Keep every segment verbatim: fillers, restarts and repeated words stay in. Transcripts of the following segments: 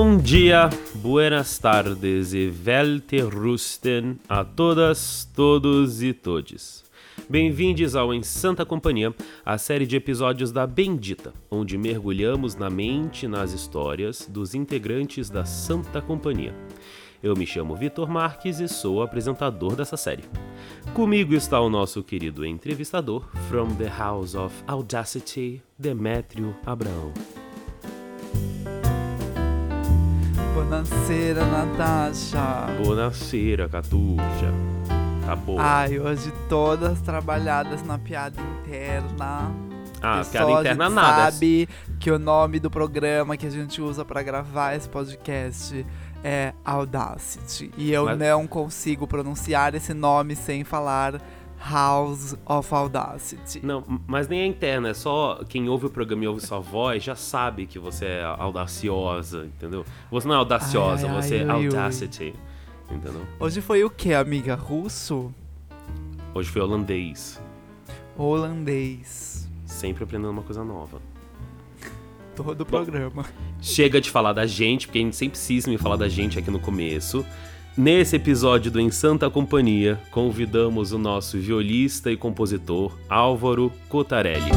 Bom dia, buenas tardes e velte rusten a todas, todos e todes. Bem-vindos ao Em Santa Companhia, a série de episódios da Bendita, onde mergulhamos na mente e nas histórias dos integrantes da Santa Companhia. Eu me chamo Vitor Marques e sou o apresentador dessa série. Comigo está o nosso querido entrevistador, from the House of Audacity, Demétrio Abraão. Buonasera, Natasha. Buonasera, Catuja. Tá boa. Ai, hoje todas trabalhadas na piada interna. Ah, Porque piada só interna a gente nada. sabe que o nome do programa que a gente usa pra gravar esse podcast é Audacity. E eu Mas- não consigo pronunciar esse nome sem falar House of Audacity. Não, mas nem é interna, é só quem ouve o programa e ouve sua voz já sabe que você é audaciosa, entendeu? Você não é audaciosa, Ai, ai, você é ai, ai, audacity, entendeu? Hoje foi o que, amiga? Russo? Hoje foi holandês, Holandês. sempre aprendendo uma coisa nova. Todo o programa. Chega de falar da gente, porque a gente sempre cisma em falar da gente aqui no começo. Nesse episódio do Em Santa Companhia, convidamos o nosso violista e compositor Álvaro Cotarelli.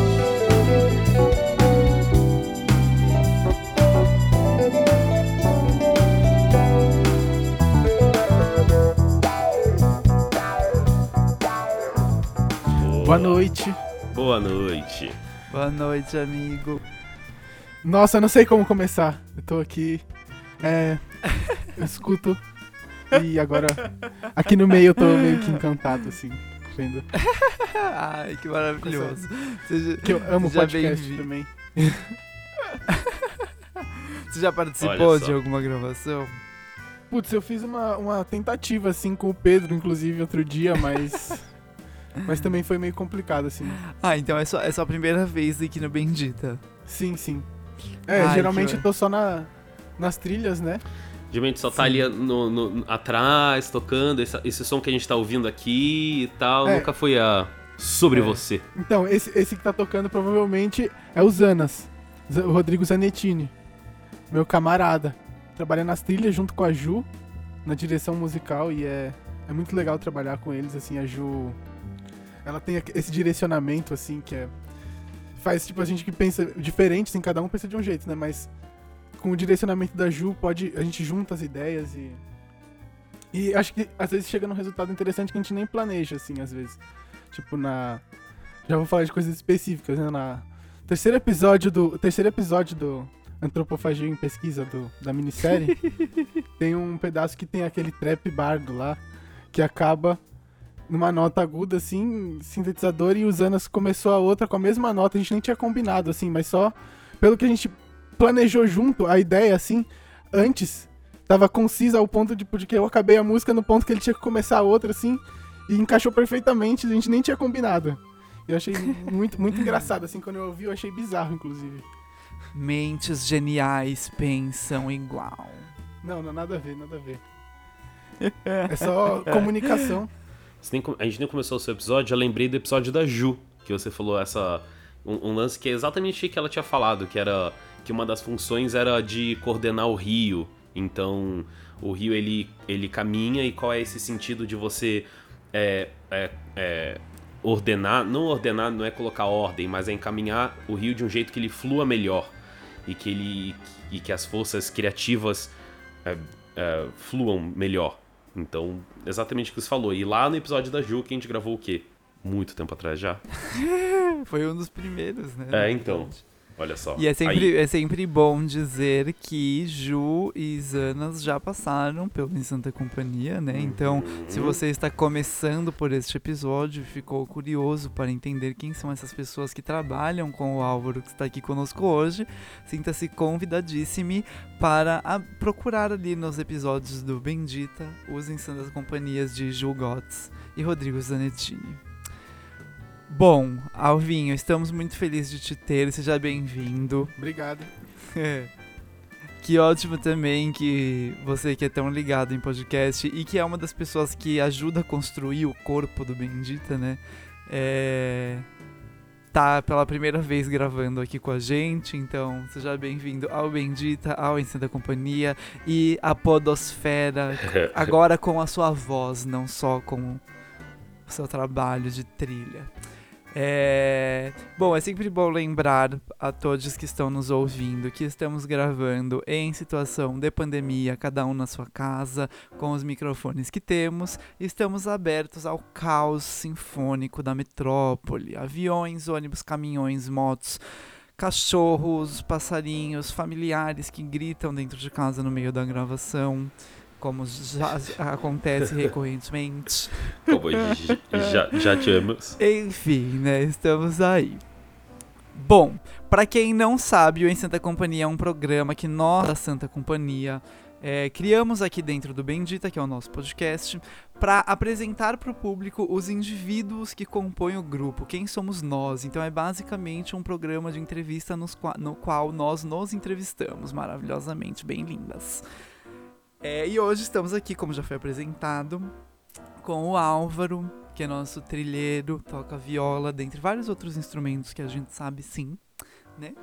Boa noite. Boa noite. Boa noite, amigo. Nossa, eu não sei como começar. Eu tô aqui, é, eu escuto e agora aqui no meio eu tô meio que encantado, assim, vendo. Ai, que maravilhoso. Seja, Que eu amo seja podcast bem-vindo. também. Você já participou Olha só. de alguma gravação? Putz, eu fiz uma, uma tentativa, assim, com o Pedro, inclusive, outro dia, mas... mas também foi meio complicado, assim. Ah, então é só, é só a primeira vez aqui no Bendita. Sim, sim. É, Ai, geralmente que- eu tô só na, nas trilhas, né? Geralmente só tá ali no, no- atrás, tocando, esse, esse som que a gente tá ouvindo aqui e tal, É. nunca foi a sobre É. você. Então, esse, esse que tá tocando provavelmente é o Zanas, Z- o Rodrigo Zanettini, meu camarada. Trabalha nas trilhas junto com a Ju, na direção musical, e é, é muito legal trabalhar com eles, assim, a Ju, ela tem aqu- esse direcionamento, assim, que é, faz, tipo, a gente que pensa diferente, assim, cada um pensa de um jeito, né, mas com o direcionamento da Ju, pode, a gente junta as ideias e... E acho que às vezes chega num resultado interessante que a gente nem planeja, assim, às vezes. Tipo, na... Já vou falar de coisas específicas, né? Na terceiro episódio do... Terceiro episódio do Antropofagia em Pesquisa, do... da minissérie, tem um pedaço que tem aquele trap bardo lá, que acaba numa nota aguda, assim, sintetizador, e o Zanas começou a outra com a mesma nota, a gente nem tinha combinado, assim, mas só pelo que a gente planejou junto, a ideia, assim, antes, tava concisa ao ponto de, de que eu acabei a música no ponto que ele tinha que começar a outra, assim, e encaixou perfeitamente, a gente nem tinha combinado. Eu achei muito, muito engraçado, assim, quando eu ouvi, eu achei bizarro, inclusive. Mentes geniais pensam igual. Não, não, nada a ver, nada a ver. É só comunicação. Você nem com- a gente nem começou o seu episódio, eu lembrei do episódio da Ju, que você falou essa um, um lance que é exatamente o que ela tinha falado, que era que uma das funções era de coordenar o rio. Então, o rio ele, ele caminha, e qual é esse sentido de você é, é, é, ordenar, não ordenar, não é colocar ordem, mas é encaminhar o rio de um jeito que ele flua melhor e que ele e que as forças criativas é, é, fluam melhor. Então, exatamente o que você falou. E lá no episódio da Ju, que a gente gravou o quê? Muito tempo atrás já. Foi um dos primeiros, né? É, então. Olha só. E é sempre, Aí, é sempre bom dizer que Ju e Zanas já passaram pelo Em Santa Companhia, né? Então, se Uhum. você está começando por este episódio e ficou curioso para entender quem são essas pessoas que trabalham com o Álvaro que está aqui conosco hoje, sinta-se convidadíssimo para a- procurar ali nos episódios do Bendita os Em Santas Companhias de Ju Gotts e Rodrigo Zanettini. Bom, Alvinho, estamos muito felizes de te ter, seja bem-vindo. Obrigado. É. Que ótimo também que você que é tão ligado em podcast e que é uma das pessoas que ajuda a construir o corpo do Bendita, né? É... tá pela primeira vez gravando aqui com a gente, então seja bem-vindo ao Bendita, ao Em Santa Companhia e à Podosfera, agora com a sua voz, não só com o seu trabalho de trilha. É... Bom, é sempre bom lembrar a todos que estão nos ouvindo que estamos gravando em situação de pandemia, cada um na sua casa, com os microfones que temos. Estamos abertos ao caos sinfônico da metrópole, aviões, ônibus, caminhões, motos, cachorros, passarinhos, familiares que gritam dentro de casa no meio da gravação, como já acontece recorrentemente. Como já, já tivemos. Enfim, né? Estamos aí. Bom, pra quem não sabe, o Em Santa Companhia é um programa que nós, da Santa Companhia, é, criamos aqui dentro do Bendita, que é o nosso podcast, pra apresentar pro público os indivíduos que compõem o grupo, quem somos nós. Então é basicamente um programa de entrevista nos qua- no qual nós nos entrevistamos maravilhosamente, bem lindas. É, e hoje estamos aqui, como já foi apresentado, com o Álvaro, que é nosso trilheiro, toca viola, dentre vários outros instrumentos que a gente sabe sim, né?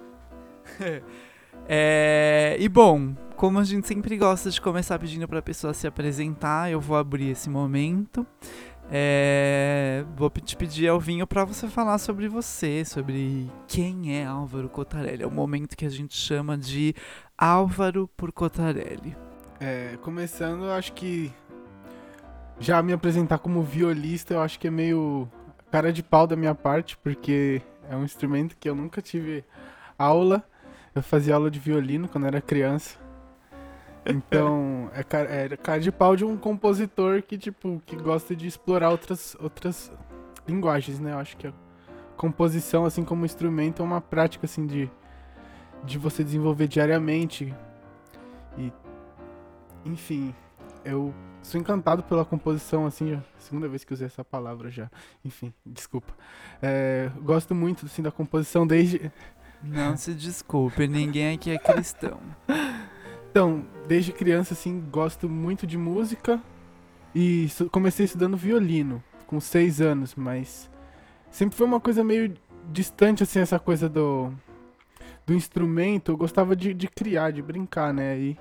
É, e bom, como a gente sempre gosta de começar pedindo para a pessoa se apresentar, eu vou abrir esse momento. É, vou te pedir, Alvinho, para você falar sobre você, sobre quem é Álvaro Cottarelli. É o momento que a gente chama de Álvaro por Cottarelli. É, começando, eu acho que já me apresentar como violista, eu acho que é meio cara de pau da minha parte, porque é um instrumento que eu nunca tive aula. Eu fazia aula de violino quando era criança. Então, é cara, é cara de pau de um compositor que, tipo, que gosta de explorar outras, outras linguagens, né? Eu acho que a composição, assim como instrumento, é uma prática, assim, de, de você desenvolver diariamente. E enfim, eu sou encantado pela composição, assim, a segunda vez que usei essa palavra já. Enfim, desculpa. É, gosto muito, assim, da composição desde... Não se desculpe, ninguém aqui é cristão. Então, desde criança, assim, gosto muito de música e estu- comecei estudando violino com seis anos, mas sempre foi uma coisa meio distante, assim, essa coisa do, do instrumento. Eu gostava de, de criar, de brincar, né, e...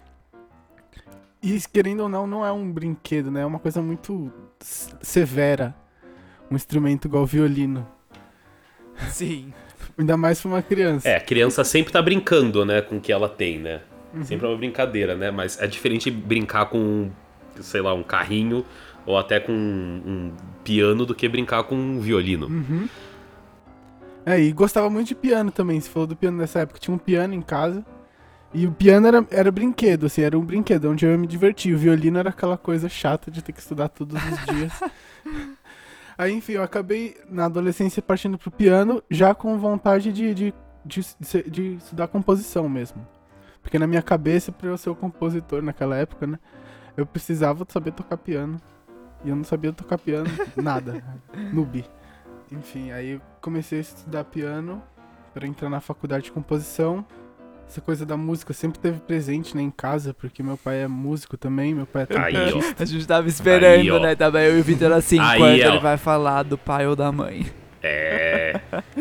E, querendo ou não, não é um brinquedo, né? É uma coisa muito severa. Um instrumento igual o violino. Sim. Ainda mais pra uma criança. É, a criança sempre tá brincando, né, com o que ela tem, né? Uhum. Sempre é uma brincadeira, né? Mas é diferente brincar com, sei lá, um carrinho ou até com um, um piano do que brincar com um violino. Uhum. É, e gostava muito de piano também. Você falou do piano nessa época. Tinha um piano em casa. E o piano era, era brinquedo, assim, era um brinquedo onde eu ia me divertir. O violino era aquela coisa chata de ter que estudar todos os dias. Aí, enfim, eu acabei na adolescência partindo pro piano, já com vontade de, de, de, de, de estudar composição mesmo. Porque na minha cabeça, pra eu ser o compositor naquela época, né, eu precisava saber tocar piano. E eu não sabia tocar piano, nada, noob. Enfim, aí eu comecei a estudar piano pra entrar na faculdade de composição. Essa coisa da música sempre teve presente, né, em casa, porque meu pai é músico também, meu pai é trompetista. A gente tava esperando, Aí, ó. né? Tava eu e o Vitor assim, Aí, enquanto ó. ele vai falar do pai ou da mãe. É.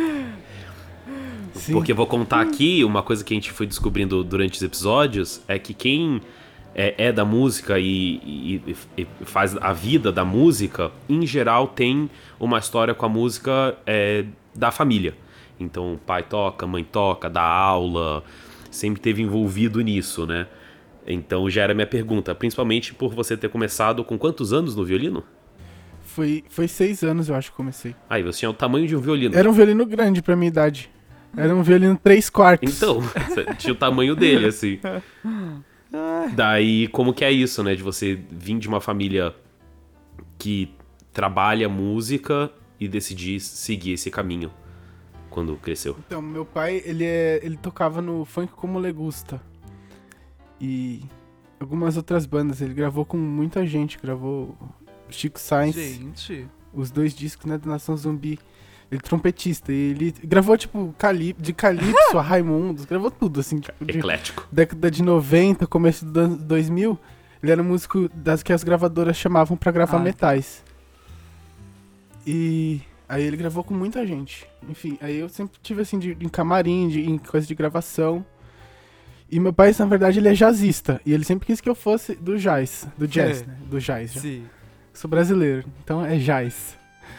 Sim. Porque eu vou contar aqui uma coisa que a gente foi descobrindo durante os episódios, é que quem é, é da música e, e- e faz a vida da música, em geral tem uma história com a música é, da família. Então, pai toca, mãe toca, dá aula, sempre teve envolvido nisso, né? Então já era minha pergunta, principalmente por você ter começado com quantos anos no violino? Foi, foi seis anos, eu acho, que comecei. Aí, você tinha o tamanho de um violino. Era um violino grande pra minha idade. Era um violino três quartos. Então, você tinha o tamanho dele, assim. Daí, como que é isso, né? De você vir de uma família que trabalha música e decidir seguir esse caminho quando cresceu. Então, meu pai, ele, é, ele tocava no Funk Como Le Gusta. E algumas outras bandas. Ele gravou com muita gente. Gravou Chico Sainz, Gente. os dois discos, né, do Nação Zumbi. Ele é trompetista. E ele gravou, tipo, Calip, de Calypso a Raimundos. Gravou tudo, assim, tipo, de Eclético. década de noventa, começo dos anos dois mil. Ele era músico das que as gravadoras chamavam pra gravar Ah, metais. E Aí ele gravou com muita gente. Enfim, aí eu sempre tive assim, de, em camarim, de, em coisa de gravação. E meu pai, na verdade, ele é jazzista. E ele sempre quis que eu fosse do jazz, do jazz, É. né? Do jazz. Já. Sim. Sou brasileiro, então é jazz.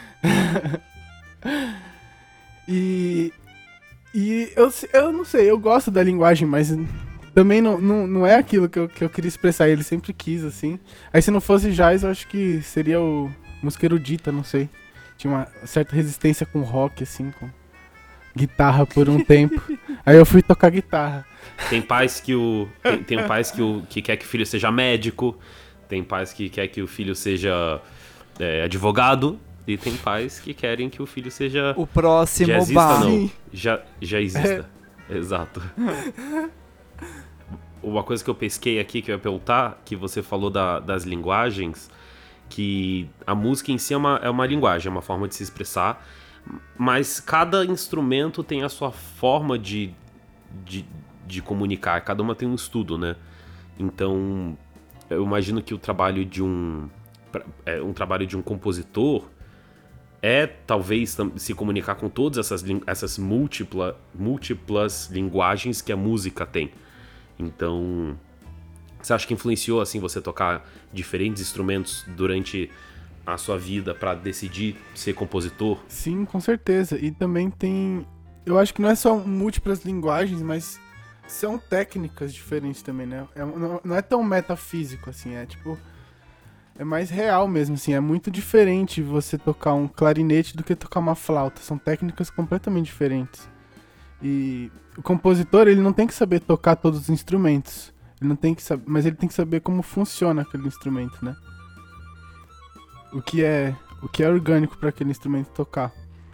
e e eu, eu não sei, eu gosto da linguagem, mas também não, não, não é aquilo que eu, que eu queria expressar. Ele sempre quis, assim. Aí se não fosse jazz, eu acho que seria o música erudita, não sei. Tinha uma certa resistência com rock, assim, com guitarra por um tempo. Aí eu fui tocar guitarra. Tem pais que o tem, tem pais que o que quer que o filho seja médico, tem pais que quer que o filho seja é, advogado e tem pais que querem que o filho seja O próximo jazzista, bar. não, Sim. já já exista. Exato. Uma coisa que eu pesquei aqui que eu ia perguntar, que você falou da, das linguagens, que a música em si é uma, é uma linguagem, é uma forma de se expressar, mas cada instrumento tem a sua forma de, de, de comunicar, cada uma tem um estudo, né? Então, eu imagino que o trabalho de um, é, um trabalho de um compositor é, talvez, se comunicar com todas essas, essas múltipla, múltiplas linguagens que a música tem. Então, você acha que influenciou, assim, você tocar diferentes instrumentos durante a sua vida pra decidir ser compositor? Sim, com certeza. E também tem... Eu acho que não é só múltiplas linguagens, mas são técnicas diferentes também, né? É, não, não é tão metafísico, assim, é tipo... É mais real mesmo, assim. É muito diferente você tocar um clarinete do que tocar uma flauta. São técnicas completamente diferentes. E o compositor, ele não tem que saber tocar todos os instrumentos. Ele não tem que saber, mas ele tem que saber como funciona aquele instrumento, né? O que é, o que é orgânico para aquele instrumento tocar.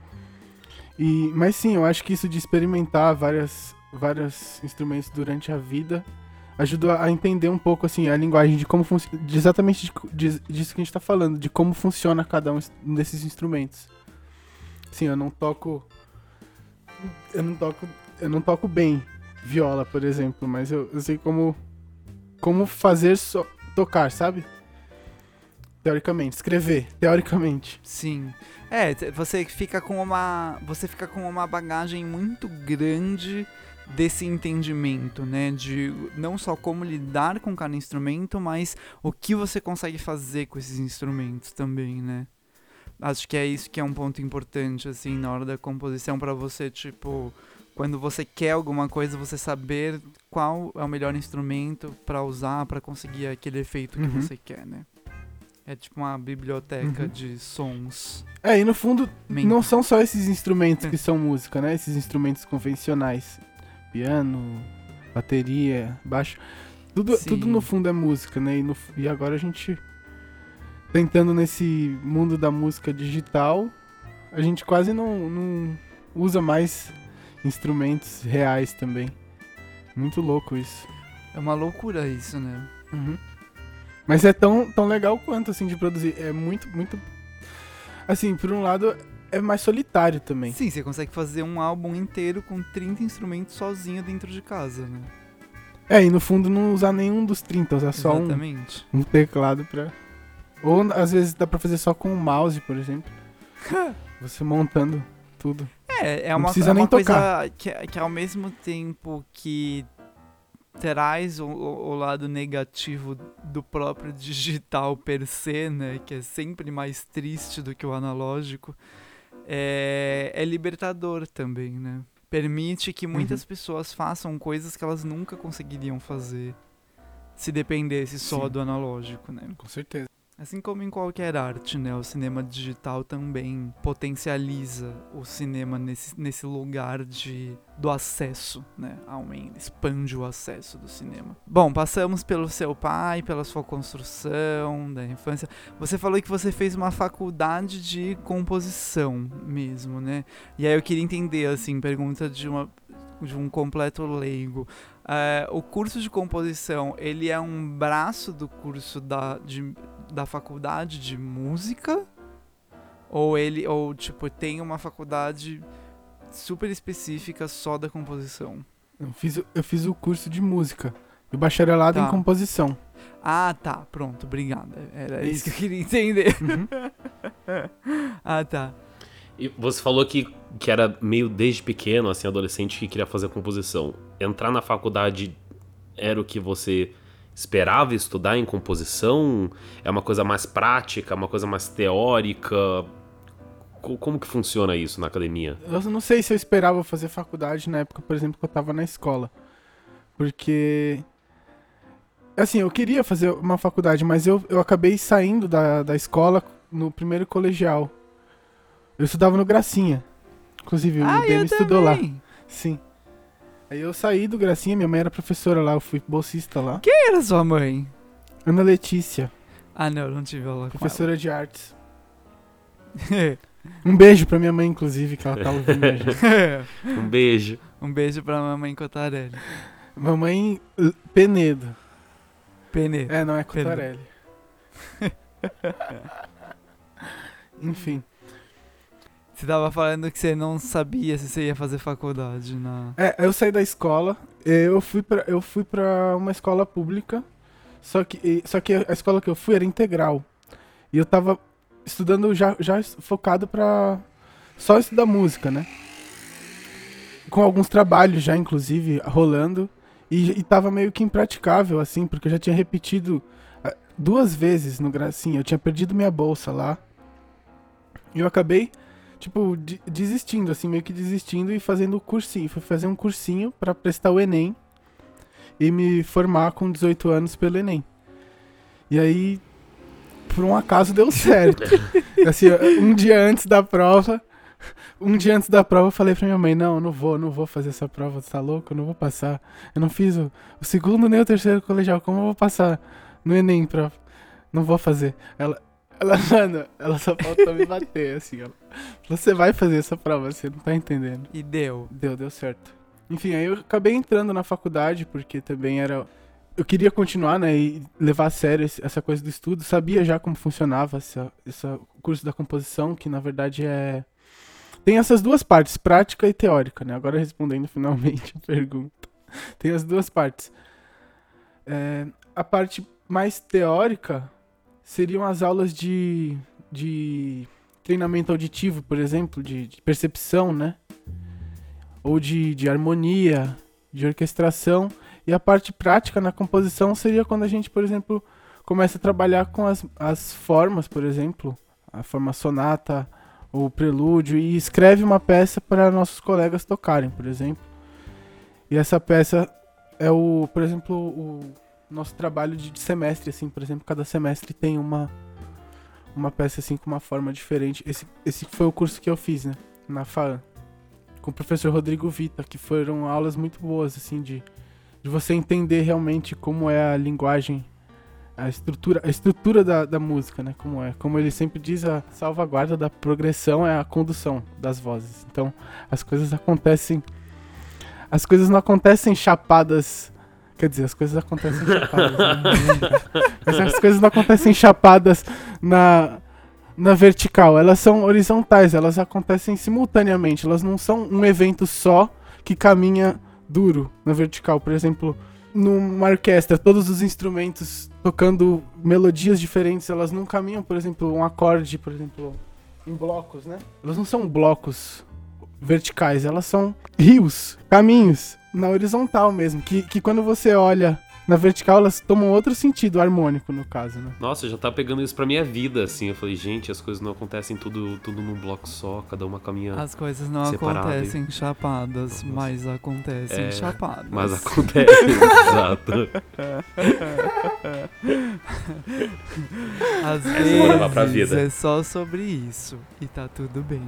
E, mas sim, eu acho que isso de experimentar várias, vários instrumentos durante a vida ajuda a entender um pouco assim a linguagem de como funciona, de exatamente de, de, disso que a gente tá falando, de como funciona cada um desses instrumentos. Sim, eu não toco eu não toco eu não toco bem viola, por exemplo, mas eu, eu sei como como fazer so, tocar, sabe? Teoricamente, escrever, teoricamente. Sim. É, t- você fica com uma. Você fica com uma bagagem muito grande desse entendimento, né? De não só como lidar com cada instrumento, mas o que você consegue fazer com esses instrumentos também, né? Acho que é isso que é um ponto importante, assim, na hora da composição, pra você, tipo, quando você quer alguma coisa, você saber qual é o melhor instrumento pra usar, pra conseguir aquele efeito que Uhum. você quer, né? É tipo uma biblioteca Uhum. de sons. É, e no fundo, Mental. não são só esses instrumentos que são música, né? Esses instrumentos convencionais. Piano, bateria, baixo. Tudo, Sim. tudo no fundo é música, né? E, no, e agora a gente, tentando nesse mundo da música digital, a gente quase não, não usa mais instrumentos reais também. Muito louco isso. É uma loucura isso, né? Uhum. Mas é tão, tão legal quanto, assim, de produzir. É muito, muito... Assim, por um lado, é mais solitário também. Sim, você consegue fazer um álbum inteiro com trinta instrumentos sozinho dentro de casa, né? É, e no fundo não usar nenhum dos trinta, usar só um, Exatamente. um teclado pra... Ou, às vezes, dá pra fazer só com o mouse, por exemplo. Você montando tudo. É, é Não uma, precisa é nem uma coisa tocar. que, que ao mesmo tempo que traz o, o, o lado negativo do próprio digital per se, né? Que é sempre mais triste do que o analógico. É, é libertador também, né? Permite que muitas Uhum. pessoas façam coisas que elas nunca conseguiriam fazer se dependesse só Sim. do analógico, né? Com certeza. Assim como em qualquer arte, né? O cinema digital também potencializa o cinema nesse, nesse lugar de, do acesso, né? Aumenta, expande o acesso do cinema. Bom, passamos pelo seu pai, pela sua construção da infância. Você falou que você fez uma faculdade de composição mesmo, né? E aí eu queria entender, assim, pergunta de uma... de um completo leigo. É, o curso de composição, ele é um braço do curso da, de, da faculdade de música? Ou ele, ou tipo, tem uma faculdade super específica só da composição? Eu fiz, o- eu fiz o curso de música. E o bacharelado Tá. em composição. Ah, tá, pronto, obrigado. Era isso, Isso. que eu queria entender. Uhum. Ah, tá. E você falou que, que era meio desde pequeno, assim, adolescente, que queria fazer composição. Entrar na faculdade era o que você esperava estudar em composição? É uma coisa mais prática, uma coisa mais teórica? Co- Como que funciona isso na academia? Eu não sei se eu esperava fazer faculdade na época, por exemplo, que eu tava na escola. Porque, assim, eu queria fazer uma faculdade, mas eu, eu acabei saindo da, da escola no primeiro colegial. Eu estudava no Gracinha. Inclusive, o Ah, Demi eu estudou lá. também. Sim. Aí eu saí do Gracinha, minha mãe era professora lá, eu fui bolsista lá. Quem era sua mãe? Ana Letícia, Ah, não, eu não tive aula com professora de artes. ela. Um beijo pra minha mãe, inclusive, que ela tá ouvindo a gente. Um beijo. Um beijo pra mamãe Cotarelli. Mamãe uh, Penedo. Penê. É, não é Penedo. Cotarelli. Enfim. Você tava falando que você não sabia se você ia fazer faculdade na... É, eu saí da escola, eu fui pra, eu fui pra uma escola pública, só que, e- só que a escola que eu fui era integral. E eu tava estudando já, já focado pra só estudar música, né? Com alguns trabalhos já, inclusive, rolando. E, e tava meio que impraticável, assim, porque eu já tinha repetido ah, duas vezes no Gracinha. Eu tinha perdido minha bolsa lá. E eu acabei, tipo, de- desistindo, assim, meio que desistindo e fazendo o cursinho. Fui fazer um cursinho pra prestar o Enem e me formar com dezoito anos pelo Enem. E aí, por um acaso, deu certo. Assim, um dia antes da prova, um dia antes da prova eu falei pra minha mãe, não, eu não vou, não vou fazer essa prova, você tá louco? Eu não vou passar. Eu não fiz o, o segundo nem o terceiro colegial, como eu vou passar no Enem, prova? Não vou fazer. Ela, ela, mano, ela só faltou me bater, assim, ela, você vai fazer essa prova, você não tá entendendo. E deu. Deu, deu certo. Enfim, aí eu acabei entrando na faculdade, porque também era... Eu queria continuar, né, e levar a sério esse- essa coisa do estudo. Sabia já como funcionava essa, essa curso da composição, que na verdade é... Tem essas duas partes, prática e teórica, né? Agora respondendo finalmente a pergunta. Tem as duas partes. É, a parte mais teórica seriam as aulas de, de treinamento auditivo, por exemplo, de, de percepção, né? Ou de, de harmonia, de orquestração. E a parte prática na composição seria quando a gente, por exemplo, começa a trabalhar com as, as formas, por exemplo, a forma sonata ou prelúdio, e escreve uma peça para nossos colegas tocarem, por exemplo. E essa peça é o, por exemplo, o nosso trabalho de, de semestre, assim, por exemplo, cada semestre tem uma uma peça assim com uma forma diferente. Esse esse foi o curso que eu fiz, né, na FAAN, com o professor Rodrigo Vita, que foram aulas muito boas, assim, de de você entender realmente como é a linguagem, a estrutura, a estrutura da, da música, né? Como é. Como ele sempre diz, a salvaguarda da progressão é a condução das vozes. Então, as coisas acontecem... As coisas não acontecem chapadas... Quer dizer, as coisas acontecem chapadas, né? Mas as coisas não acontecem chapadas na, na vertical. Elas são horizontais, elas acontecem simultaneamente. Elas não são um evento só que caminha duro na vertical. Por exemplo, numa orquestra, todos os instrumentos tocando melodias diferentes, elas não caminham, por exemplo, um acorde, por exemplo, em blocos, né? Elas não são blocos verticais, elas são rios, caminhos, na horizontal mesmo, que, que quando você olha na vertical, elas tomam outro sentido harmônico, no caso, né? Nossa, eu já tava pegando isso pra minha vida, assim. Eu falei, gente, as coisas não acontecem tudo, tudo num bloco só, cada uma caminha. As coisas não Separado. acontecem chapadas, Nossa. mas acontecem É, chapadas. Mas acontece, exato. Às Essa eu vou levar pra vezes vida. é só sobre isso. E tá tudo bem.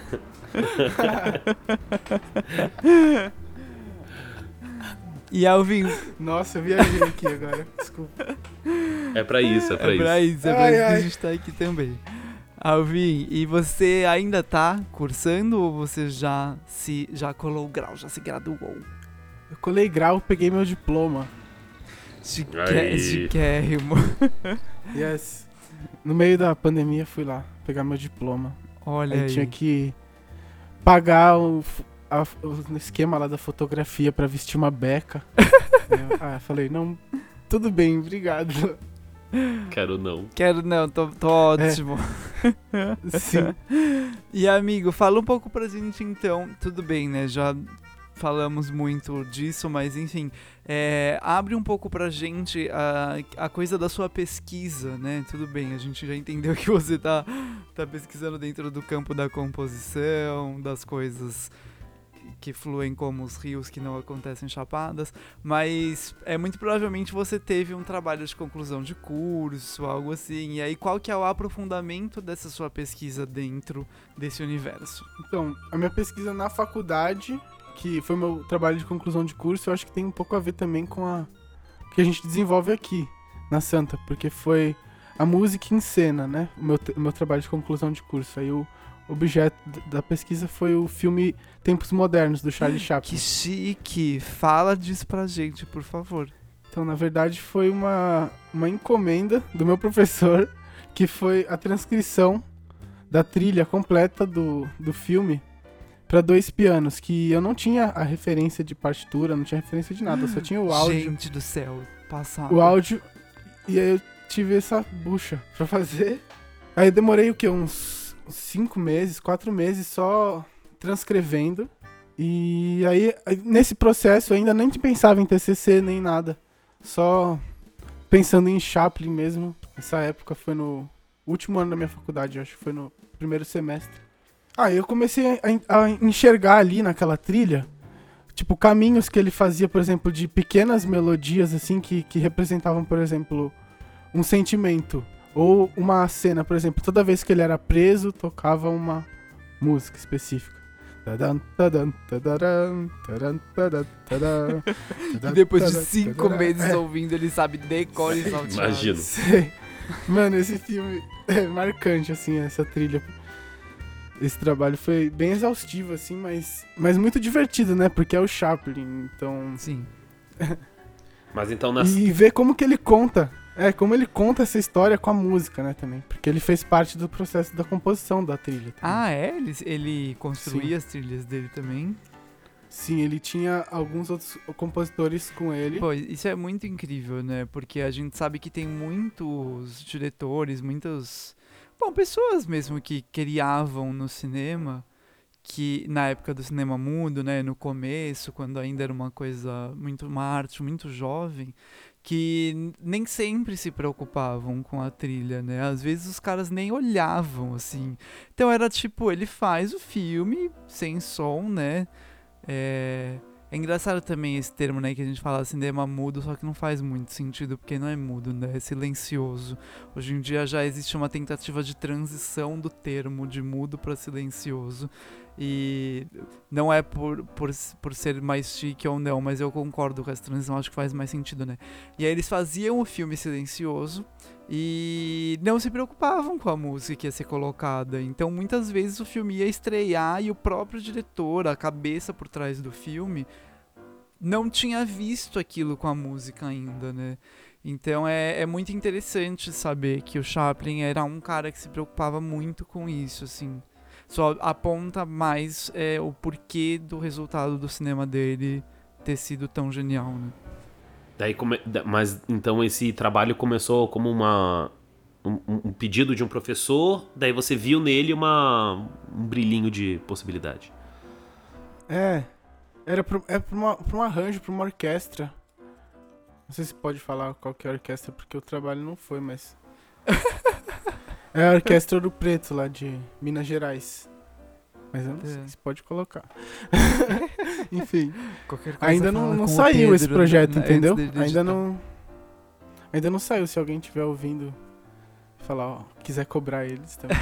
E Alvin, Nossa, eu viajei aqui agora, desculpa. É pra isso, é pra é isso. pra isso, é pra Ai, isso que a ai. gente tá aqui também. Alvin, e você ainda tá cursando ou você já se já colou o grau, já se graduou? Eu colei grau, peguei meu diploma. Chique- Aí. Chiquérrimo. Yes. No meio da pandemia fui lá pegar meu diploma. Olha Aí aí. tinha que pagar o, f- a- o esquema lá da fotografia pra vestir uma beca. Eu, ah, falei, não, tudo bem, obrigado. Quero não. Quero não, tô, tô ótimo. Sim. E amigo, fala um pouco pra gente então, tudo bem, né? Já falamos muito disso, mas enfim, é, abre um pouco pra gente a, a coisa da sua pesquisa, né? Tudo bem, a gente já entendeu que você tá, tá pesquisando dentro do campo da composição, das coisas que fluem como os rios que não acontecem em chapadas, mas é muito provavelmente você teve um trabalho de conclusão de curso, algo assim, e aí qual que é o aprofundamento dessa sua pesquisa dentro desse universo? Então, a minha pesquisa na faculdade, que foi meu trabalho de conclusão de curso, eu acho que tem um pouco a ver também com a que a gente desenvolve aqui na Santa, porque foi a música em cena, né? O meu, o meu trabalho de conclusão de curso. Aí o objeto da pesquisa foi o filme Tempos Modernos, do Charlie Chaplin. Que chique! Fala disso pra gente, por favor. Então, na verdade, foi uma, uma encomenda do meu professor, que foi a transcrição da trilha completa do, do filme para dois pianos, que eu não tinha a referência de partitura, não tinha referência de nada, eu só tinha o áudio. Gente do céu, passado. O áudio, e aí eu tive essa bucha pra fazer. Aí eu demorei o quê? Uns cinco meses, quatro meses só transcrevendo. E aí, nesse processo, eu ainda nem pensava em T C C nem nada. Só pensando em Chaplin mesmo. Essa época foi no último ano da minha faculdade, acho que foi no primeiro semestre. Aí eu comecei a, a enxergar ali naquela trilha, tipo, caminhos que ele fazia, por exemplo, de pequenas melodias, assim, que, que representavam, por exemplo, um sentimento. Ou uma cena, por exemplo, toda vez que ele era preso, tocava uma música específica. E depois de cinco meses ouvindo, ele sabe decore e salteado. Imagino. Sei. Mano, esse filme é marcante, assim, essa trilha. Esse trabalho foi bem exaustivo, assim, mas, mas muito divertido, né? Porque é o Chaplin, então... Sim. Mas então... Nas... E ver como que ele conta... É, como ele conta essa história com a música, né, também. Porque ele fez parte do processo da composição da trilha. Também. Ah, é? Ele, ele construía Sim. as trilhas dele também? Sim, ele tinha alguns outros compositores com ele. Pô, isso é muito incrível, né? Porque a gente sabe que tem muitos diretores, muitos... Bom, pessoas mesmo que criavam no cinema, que na época do cinema mudo, né, no começo, quando ainda era uma coisa, muito, uma arte muito jovem, que nem sempre se preocupavam com a trilha, né? Às vezes os caras nem olhavam, assim. Então era tipo, ele faz o filme sem som, né? É... é engraçado também esse termo, né? Que a gente fala cinema mudo, só que não faz muito sentido, porque não é mudo, né? É silencioso. Hoje em dia já existe uma tentativa de transição do termo de mudo para silencioso. E não é por, por, por ser mais chique ou não, mas eu concordo com essa transição, acho que faz mais sentido, né? E aí eles faziam o filme silencioso e não se preocupavam com a música que ia ser colocada. Então muitas vezes o filme ia estrear e o próprio diretor, a cabeça por trás do filme, não tinha visto aquilo com a música ainda, né? Então é, é muito interessante saber que o Chaplin era um cara que se preocupava muito com isso, assim. Só aponta mais é, o porquê do resultado do cinema dele ter sido tão genial, né? Daí come... Mas então esse trabalho começou como uma um, um pedido de um professor, daí você viu nele uma um brilhinho de possibilidade. É, era pra, é pra, uma, pra um arranjo, pra uma orquestra. Não sei se pode falar qual que é a orquestra, porque o trabalho não foi, mas... É a Orquestra Ouro Preto, lá de Minas Gerais. Mas eu não É. sei se pode colocar. Enfim. Qualquer coisa Ainda não, fala não com o saiu Pedro, esse projeto, né, entendeu? antes dele Ainda editar. não. Ainda não saiu. Se alguém estiver ouvindo, falar, ó, quiser cobrar eles também.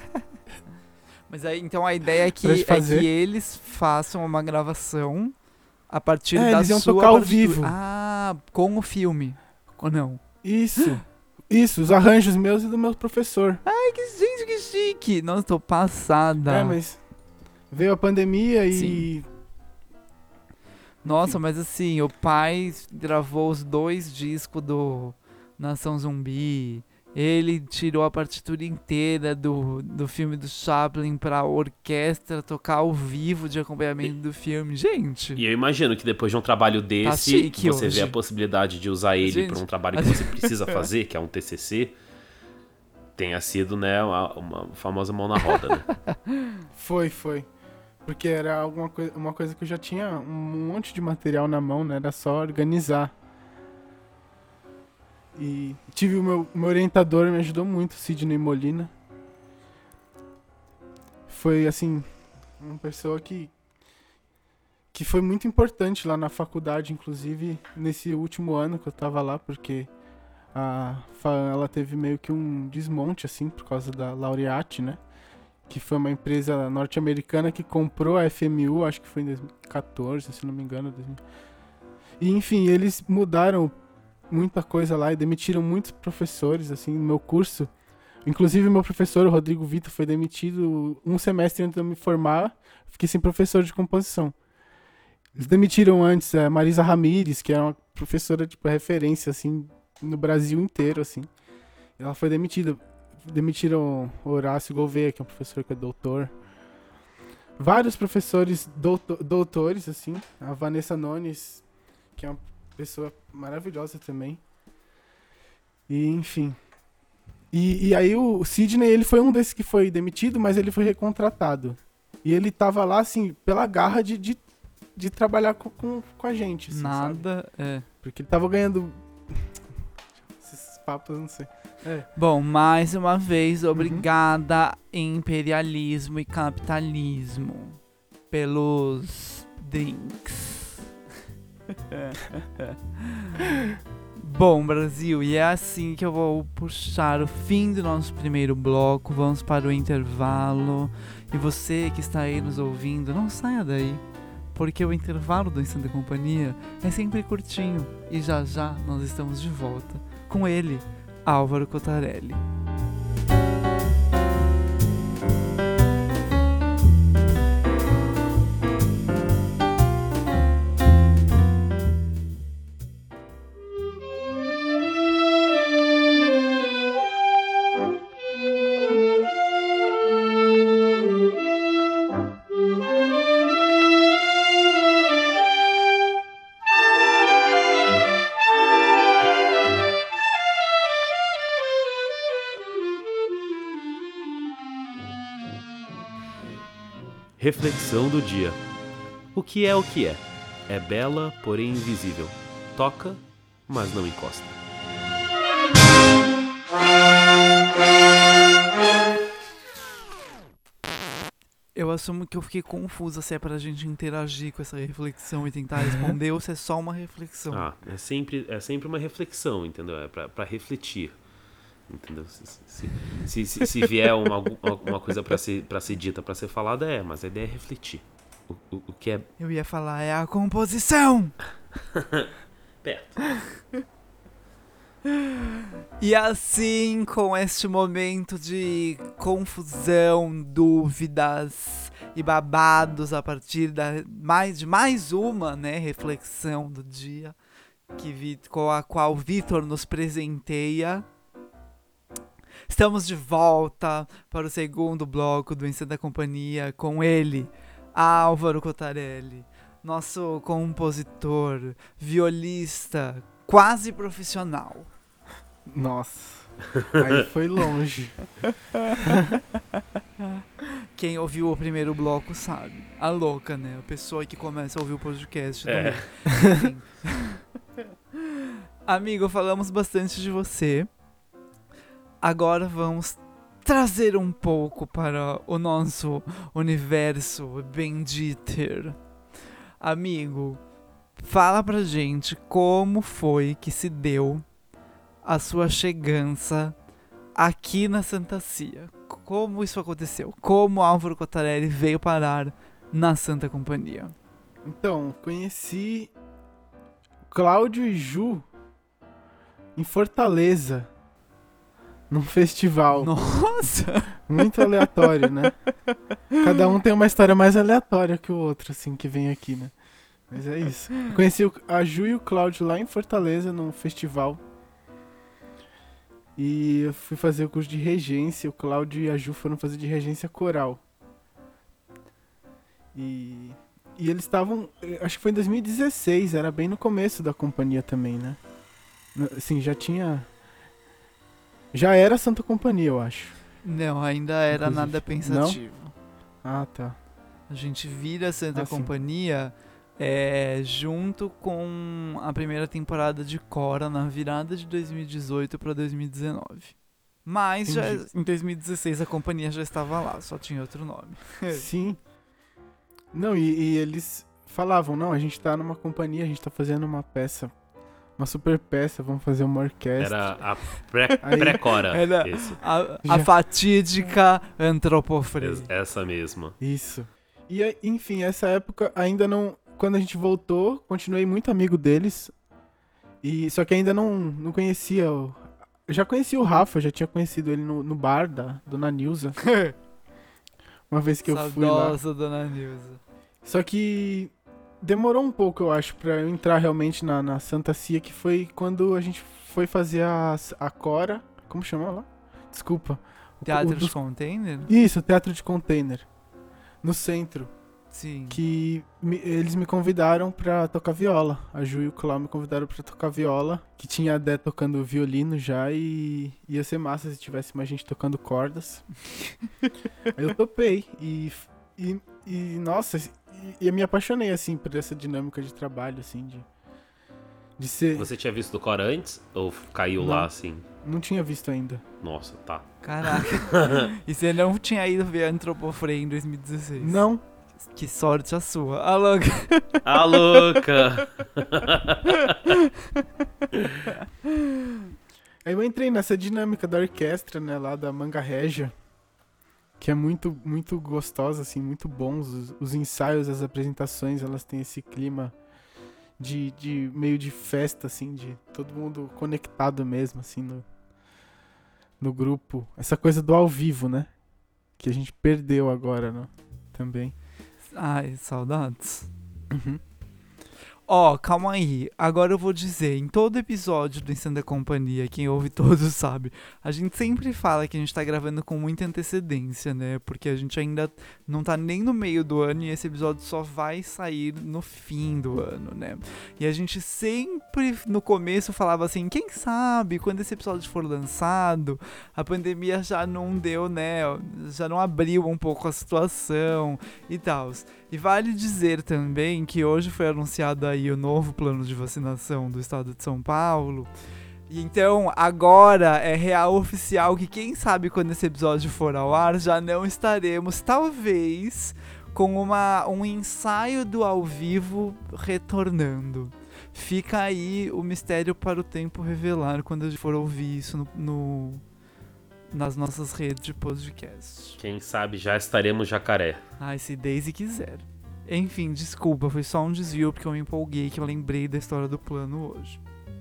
Mas aí, então a ideia é que, Pra gente é fazer. que eles façam uma gravação a partir É, da eles iam sua tocar ao partitura. vivo. Ah, com o filme. Ou não? Isso. Isso, os arranjos meus e do meu professor. Ai, que gente, que chique. Nossa, tô passada. É, mas veio a pandemia e. Sim. Nossa, mas assim, o pai gravou os dois discos do Nação Zumbi. Ele tirou a partitura inteira do, do filme do Chaplin pra orquestra tocar ao vivo de acompanhamento do filme. Gente, E eu imagino que depois de um trabalho desse, chique você hoje. vê a possibilidade de usar ele Gente, para um trabalho que você precisa fazer, que é um T C C. tenha sido, né, uma, uma famosa mão na roda, né? Foi, foi. Porque era alguma coi- uma coisa que eu já tinha um monte de material na mão, né? Era só organizar. E tive o meu, o meu orientador, me ajudou muito, Sidney Molina. Foi, assim, uma pessoa que, que foi muito importante lá na faculdade, inclusive nesse último ano que eu tava lá, porque a, fa- ela teve meio que um desmonte, assim, por causa da Laureate, né? Que foi uma empresa norte-americana que comprou a F M U, acho que foi em dois mil e quatorze, se não me engano. dois mil. E, enfim, eles mudaram muita coisa lá e demitiram muitos professores, assim, no meu curso. Inclusive, meu professor, o Rodrigo Vitor, foi demitido um semestre antes de eu me formar. Fiquei sem professor de composição. Eles demitiram antes a Marisa Ramírez, que era uma professora, tipo, referência, assim, no Brasil inteiro, assim. Ela foi demitida. Demitiram o Horácio Gouveia, que é um professor que é doutor. Vários professores doutor, doutores, assim. A Vanessa Nones, que é uma pessoa maravilhosa também. E, enfim. E, e aí o Sidney, ele foi um desses que foi demitido, mas ele foi recontratado. E ele tava lá, assim, pela garra de, de, de trabalhar com, com, com a gente, assim, sabe? Nada, é. Porque ele tava ganhando... Esses papos, eu não sei. É. Bom, mais uma vez, obrigada, imperialismo e capitalismo, pelos drinks. Bom, Brasil, e é assim que eu vou puxar o fim do nosso primeiro bloco. Vamos para o intervalo. E você que está aí nos ouvindo, não saia daí, porque o intervalo do Insanta Companhia é sempre curtinho. E já já nós estamos de volta com ele, Álvaro Cotarelli. Reflexão do dia. O que é o que é? É bela, porém invisível. Toca, mas não encosta. Eu assumo que eu fiquei confusa se é pra gente interagir com essa reflexão e tentar responder ou se é só uma reflexão. Ah, é sempre, é sempre uma reflexão, entendeu? É pra, pra refletir. Entendeu? Se, se, se, se, se vier uma, uma coisa pra ser, pra ser dita, pra ser falada, é, mas a ideia é refletir. O, o, o que é. Eu ia falar, é a composição! Perto. E assim, com este momento de confusão, dúvidas e babados a partir da, mais, de mais uma, né, reflexão do dia que vi, com a qual Vitor nos presenteia, estamos de volta para o segundo bloco do Insanta Companhia com ele, Álvaro Cotarelli, nosso compositor, violista, quase profissional. Nossa, aí foi longe. Quem ouviu o primeiro bloco sabe. A louca, né? A pessoa que começa a ouvir o podcast. É. Enfim. Amigo, falamos bastante de você. Agora vamos trazer um pouco para o nosso universo bendito. Amigo, fala pra gente como foi que se deu a sua chegança aqui na Santa Cia. Como isso aconteceu? Como Álvaro Cotarelli veio parar na Santa Companhia? Então, conheci Cláudio e Ju em Fortaleza, num festival. Nossa! Muito aleatório, né? Cada um tem uma história mais aleatória que o outro, assim, que vem aqui, né? Mas é isso. Conheci o- a Ju e o Cláudio lá em Fortaleza, num festival. E eu fui fazer o curso de regência. O Cláudio e a Ju foram fazer de regência coral. E, e eles estavam... eh, Acho que foi em dois mil e dezesseis, era bem no começo da companhia também, né? No- Assim, já tinha... Já era Santa Companhia, eu acho. Não, ainda era Inclusive. nada pensativo. Ah, tá. A gente vira Santa Ah, sim. Companhia é, junto com a primeira temporada de Cora na virada de dois mil e dezoito para dois mil e dezenove. Mas já, Entendi. em dois mil e dezesseis a companhia já estava lá, só tinha outro nome. Sim. Não, e, e eles falavam, não, a gente tá numa companhia, a gente tá fazendo uma peça, uma super peça, vamos fazer uma orquestra. Era a pré- Aí- pré-cora. Era Isso. a, Já- a fatídica Antropofrei. Es- Essa mesma. Isso. E, aí, enfim, essa época ainda não... Quando a gente voltou, continuei muito amigo deles. E, só que ainda não, não conhecia o... Eu já conhecia o Rafa, eu já tinha conhecido ele no, no bar da Dona Nilza. Uma vez que eu fui lá. Saudosa Dona Nilza. Só que demorou um pouco, eu acho, pra eu entrar realmente na, na Santa Cia, que foi quando a gente foi fazer a, a Cora. Como chama lá? Desculpa. O- Teatro o dos- de Container? Isso, Teatro de Container. No centro. Sim. Que me- eles me convidaram pra tocar viola. A Ju e o Clau me convidaram pra tocar viola. Que tinha a Dé tocando violino já e ia ser massa se tivesse mais gente tocando cordas. Aí eu topei e, e, e nossa, e, e eu me apaixonei assim por essa dinâmica de trabalho, assim, de, de ser... Você tinha visto do Cora antes? Ou caiu Não. lá assim? Não tinha visto ainda. Nossa, tá. Caraca. E você não tinha ido ver a Antropofrei em dois mil e dezesseis? Não, Que sorte a sua. Ah, louca. A louca! aí eu entrei nessa dinâmica da orquestra, né, lá da Manga Régia, que é muito, muito gostosa, assim, muito bons. Os, os ensaios, as apresentações, elas têm esse clima de, de meio de festa, assim, de todo mundo conectado mesmo, assim, no, no grupo. Essa coisa do ao vivo, né, que a gente perdeu agora, né, também. Ai, saudades. Ó, calma aí. Agora eu vou dizer, em todo episódio do Insanda Companhia, quem ouve todos sabe, a gente sempre fala que a gente tá gravando com muita antecedência, né? Porque a gente ainda não tá nem no meio do ano e esse episódio só vai sair no fim do ano, né? E a gente sempre no começo falava assim, quem sabe quando esse episódio for lançado, a pandemia já não deu, né? Já não abriu um pouco a situação e tal. E vale dizer também que hoje foi anunciado aí o novo plano de vacinação do estado de São Paulo. E então, agora é real oficial que quem sabe quando esse episódio for ao ar, já não estaremos, talvez, com uma, um ensaio do ao vivo retornando. Fica aí o mistério para o tempo revelar quando a gente for ouvir isso no, no, nas nossas redes de podcast. Quem sabe já estaremos jacaré. Ai, se Daisy quiser. Enfim, desculpa, foi só um desvio porque eu me empolguei que eu lembrei da história do plano hoje.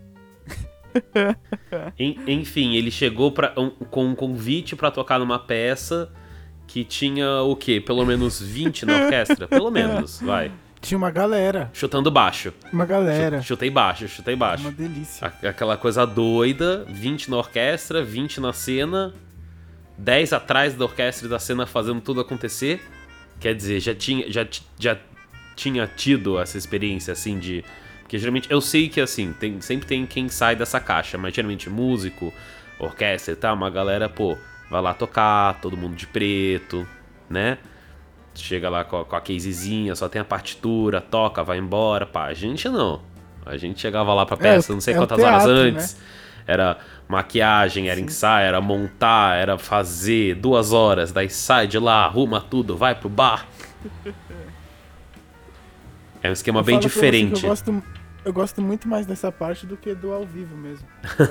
En- enfim, ele chegou pra, um- com um convite pra tocar numa peça que tinha o quê? Pelo menos vinte na orquestra? Pelo menos, vai. Tinha uma galera, Chutando baixo. uma galera. Chu- Chutei baixo, chutei baixo. Uma delícia. A- Aquela coisa doida, vinte na orquestra, vinte na cena, dez atrás da orquestra e da cena fazendo tudo acontecer. Quer dizer, já tinha, já, ti- já tinha tido essa experiência assim de... Porque geralmente, eu sei que assim, tem, sempre tem quem sai dessa caixa, mas geralmente músico, orquestra e tal, uma galera, pô, vai lá tocar, todo mundo de preto, né? Chega lá com a, com a casezinha, só tem a partitura, toca, vai embora, pá. A gente não. A gente chegava lá pra peça, É, não sei é o quantas teatro, horas antes. Era maquiagem, era Sim. ensaio, era montar, era fazer duas horas, daí sai de lá, arruma tudo, vai pro bar. É um esquema Eu bem falo pra você que diferente. Eu gosto, eu gosto muito mais dessa parte do que do ao vivo mesmo.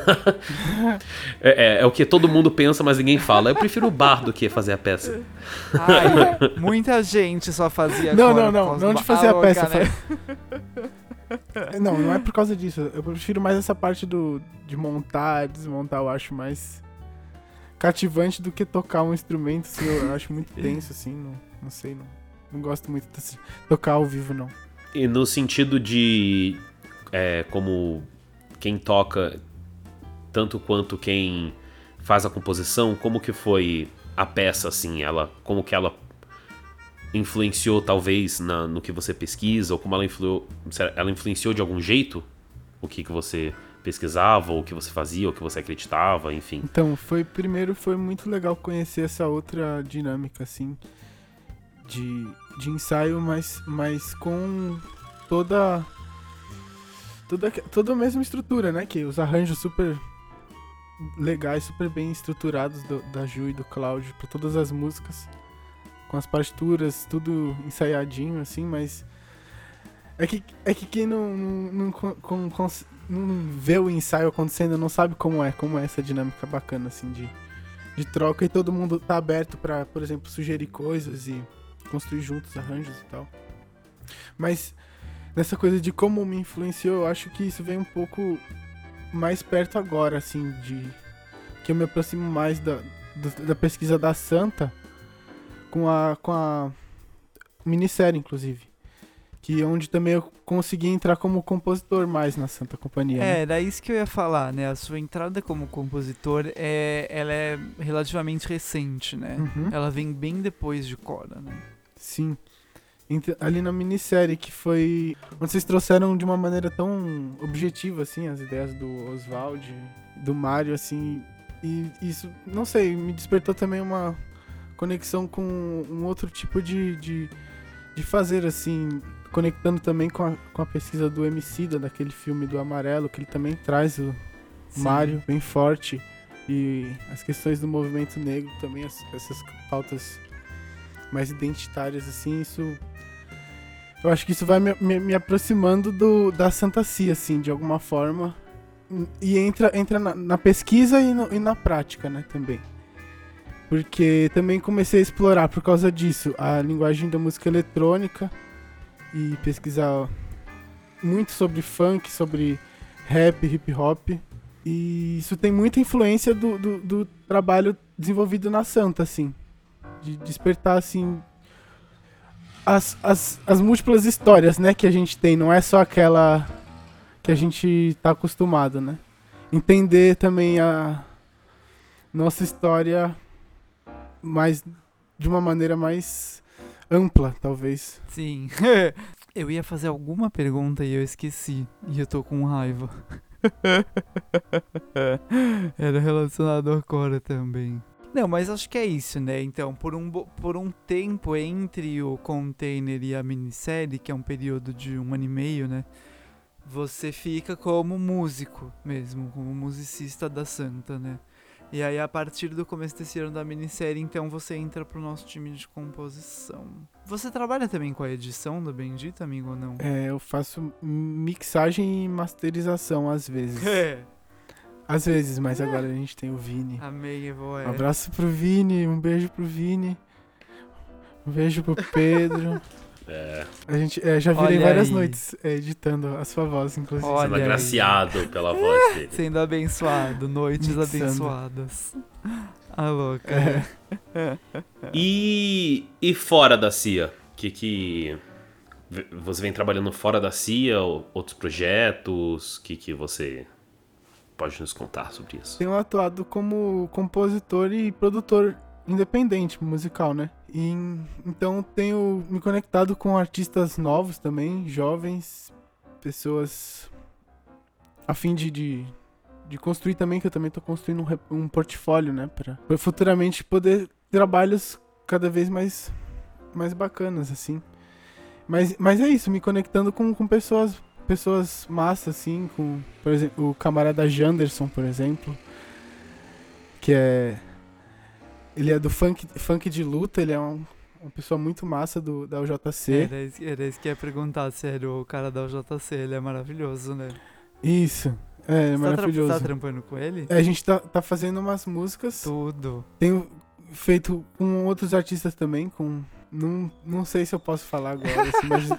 É, é, é o que todo mundo pensa, mas ninguém fala. Eu prefiro o bar do que fazer a peça. Ai, muita gente só fazia Não, cor não, não, cosmo- não de fazer a louca, peça, né? Não, não é por causa disso. Eu prefiro mais essa parte do, de montar, desmontar, eu acho mais cativante do que tocar um instrumento, assim, eu acho muito tenso, assim, não, não sei, não, não gosto muito de tocar ao vivo, não. E no sentido de é, como quem toca tanto quanto quem faz a composição, como que foi a peça, assim, ela, como que ela influenciou talvez na, no que você pesquisa, ou como ela influiu, ela influenciou de algum jeito o que, que você pesquisava, ou o que você fazia, ou o que você acreditava, enfim. Então, foi primeiro foi muito legal conhecer essa outra dinâmica, assim, de, de ensaio, mas, mas com toda, toda, toda a mesma estrutura, né? Que os arranjos super legais, super bem estruturados do, da Ju e do Cláudio para todas as músicas, com as partituras, tudo ensaiadinho, assim, mas é que, é que quem não, não, não, com, com, não vê o ensaio acontecendo não sabe como é, como é essa dinâmica bacana, assim, de, de troca, e todo mundo tá aberto pra, por exemplo, sugerir coisas e construir juntos arranjos e tal. Mas nessa coisa de como me influenciou, eu acho que isso vem um pouco mais perto agora, assim, de que eu me aproximo mais da, do, da pesquisa da Santa com a, com a minissérie, inclusive. Que é onde também eu consegui entrar como compositor mais na Santa Companhia. É, né? era isso que eu ia falar, né? A sua entrada como compositor, é, ela é relativamente recente, né? Uhum. Ela vem bem depois de Cora, né? Sim. Ent- Ali na minissérie, que foi onde vocês trouxeram de uma maneira tão objetiva, assim, as ideias do Oswald, do Mário, assim, e isso, não sei, me despertou também uma conexão com um outro tipo de, de, de fazer, assim, conectando também com a, com a pesquisa do Emicida, daquele filme do Amarelo, que ele também traz o Sim. Mário bem forte, e as questões do movimento negro também, as- essas pautas mais identitárias, assim, isso... Eu acho que isso vai me, me, me aproximando do, da Santa Cia, assim, de alguma forma. E entra, entra na, na pesquisa e, no, e na prática, né, também. Porque também comecei a explorar, por causa disso, a linguagem da música eletrônica e pesquisar muito sobre funk, sobre rap, hip hop. E isso tem muita influência do, do, do trabalho desenvolvido na Santa, assim. De despertar, assim... As, as, as múltiplas histórias, né, que a gente tem, não é só aquela que a gente tá acostumado, né? Entender também a nossa história mais, de uma maneira mais ampla, talvez. Sim. Eu ia fazer alguma pergunta e eu esqueci. E eu tô com raiva. Era relacionado a Cora também. Não, mas acho que é isso, né? Então, por um, bo- por um tempo entre o container e a minissérie, que é um período de um ano e meio, né? Você fica como músico mesmo, como musicista da Santa, né? E aí, a partir do começo desse ano da minissérie, então, você entra pro nosso time de composição. Você trabalha também com a edição do Bendito, amigo, ou não? É, eu faço mixagem e masterização às vezes. É. Às vezes, mas agora a gente tem o Vini. Amei, vou é. Um abraço pro Vini, um beijo pro Vini. Um beijo pro Pedro. É, A gente é, já virei Olha várias aí. noites é, editando a sua voz, inclusive. Olha sendo aí. agraciado pela voz dele. Sendo abençoado, noites Mixando. abençoadas. A louca. É. E, e fora da C I A? Que que v- você vem trabalhando fora da C I A? ou Outros projetos? Que que você pode nos contar sobre isso? Tenho atuado como compositor e produtor independente musical, né? E, então tenho me conectado com artistas novos também, jovens, pessoas a fim de, de, de construir também, que eu também tô construindo um, rep- um portfólio, né? Pra, pra futuramente poder trabalhos cada vez mais, mais bacanas, assim. Mas, mas é isso, me conectando com, com pessoas, pessoas massas, assim, com, por exemplo, o camarada Janderson, por exemplo, que é... Ele é do funk, funk de luta, ele é um, uma pessoa muito massa do, da U J C. Era isso, era isso que eu ia perguntar, sério, o cara da U J C, ele é maravilhoso, né? Isso, é, Você tá, tra- maravilhoso. tá trampando com ele? É, a gente tá, tá fazendo umas músicas, Tudo. tenho feito com outros artistas também, com... Não, não sei se eu posso falar agora, assim, mas,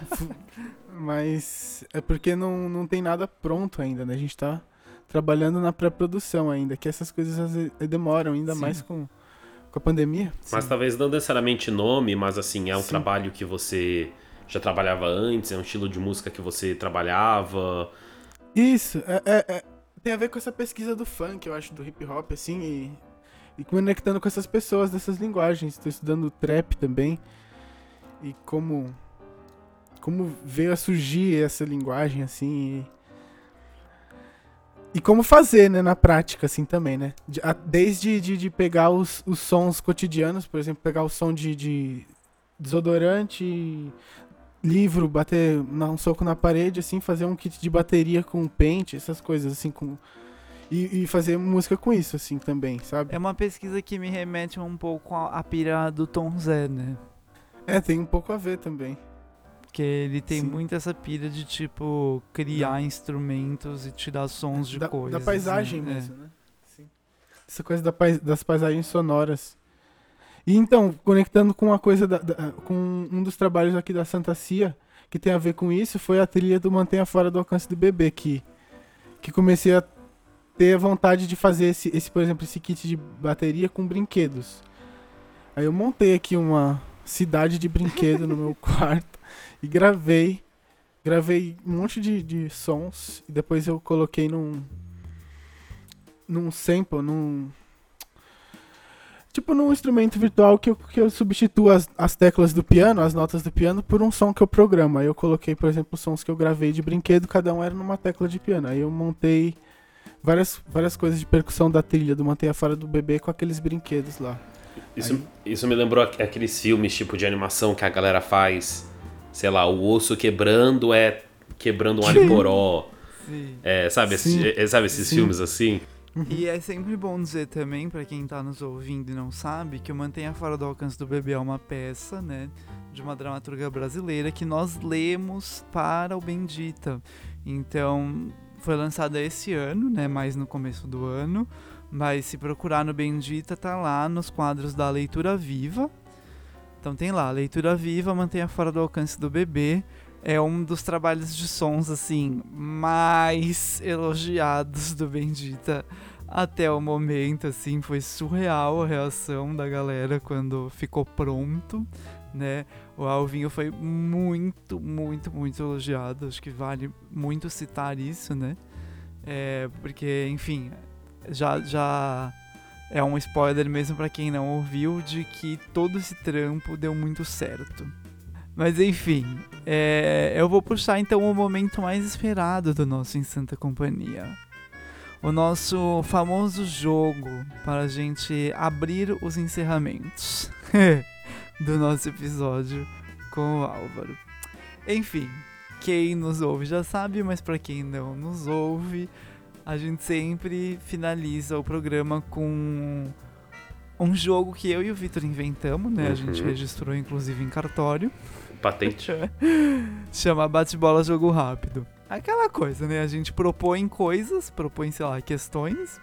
mas é porque não, não tem nada pronto ainda, né? A gente tá trabalhando na pré-produção ainda, que essas coisas às vezes demoram, ainda Sim. mais com, com a pandemia. Mas talvez não necessariamente nome, mas assim, é um Sim. trabalho que você já trabalhava antes, é um estilo de música que você trabalhava. Isso, é, é- é- tem a ver com essa pesquisa do funk, eu acho, do hip hop, assim, e, e conectando com essas pessoas dessas linguagens. Estou estudando trap também, e como, como veio a surgir essa linguagem, assim, E como fazer, né, na prática, assim, também, né? De- a- Desde de, de pegar os, os sons cotidianos, por exemplo, pegar o som de, de desodorante, livro, bater na- um soco na parede, assim, fazer um kit de bateria com pente, essas coisas, assim, com... E, e fazer música com isso, assim, também, sabe? É uma pesquisa que me remete um pouco à à pira do Tom Zé, né? É, tem um pouco a ver também. Porque ele tem Sim. muito essa pira de, tipo, criar instrumentos e tirar sons de da, coisas. da paisagem né? mesmo, né? Sim. Essa coisa da pais- das paisagens sonoras. E então, conectando com uma coisa, da- da- com um dos trabalhos aqui da Santa Cia, que tem a ver com isso, foi a trilha do Mantenha Fora do Alcance do Bebê, que, que comecei a ter a vontade de fazer esse, esse, por exemplo, esse kit de bateria com brinquedos. Aí eu montei aqui uma cidade de brinquedo no meu quarto e gravei. Gravei um monte de, de sons e depois eu coloquei num. num sample, num. Tipo num instrumento virtual que eu, que eu substituo as, as teclas do piano, as notas do piano, por um som que eu programo. Aí eu coloquei, por exemplo, os sons que eu gravei de brinquedo, cada um era numa tecla de piano. Aí eu montei várias, várias coisas de percussão da trilha do Mantenha Fora do Bebê com aqueles brinquedos lá. Isso, Aí- isso me lembrou aqu- aqueles filmes tipo de animação que a galera faz, sei lá, o osso quebrando é quebrando um aliporó, Sim. é, sabe, Sim. esse- é, sabe esses Sim. filmes assim? E é sempre bom dizer também, pra quem tá nos ouvindo e não sabe, que o Mantenha Fora do Alcance do Bebê é uma peça, né, de uma dramaturga brasileira que nós lemos para o Bendita. Então, foi lançada esse ano, né, mais no começo do ano, mas se procurar no Bendita, tá lá nos quadros da Leitura Viva. Então tem lá, Leitura Viva, Mantenha Fora do Alcance do Bebê. É um dos trabalhos de sons, assim, mais elogiados do Bendita até o momento, assim, foi surreal a reação da galera quando ficou pronto, né? O Alvinho foi muito, muito, muito elogiado, acho que vale muito citar isso, né? É, porque, enfim, já, já é um spoiler mesmo pra quem não ouviu de que todo esse trampo deu muito certo. Mas enfim, é, eu vou puxar então o momento mais esperado do nosso Em Santa Companhia. O nosso famoso jogo para a gente abrir os encerramentos do nosso episódio com o Álvaro. Enfim, quem nos ouve já sabe, mas para quem não nos ouve, a gente sempre finaliza o programa com um jogo que eu e o Vitor inventamos, né? A gente Uhum. registrou inclusive em cartório. Patente. Chama Bate-Bola Jogo Rápido. Aquela coisa, né? A gente propõe coisas, propõe, sei lá, questões.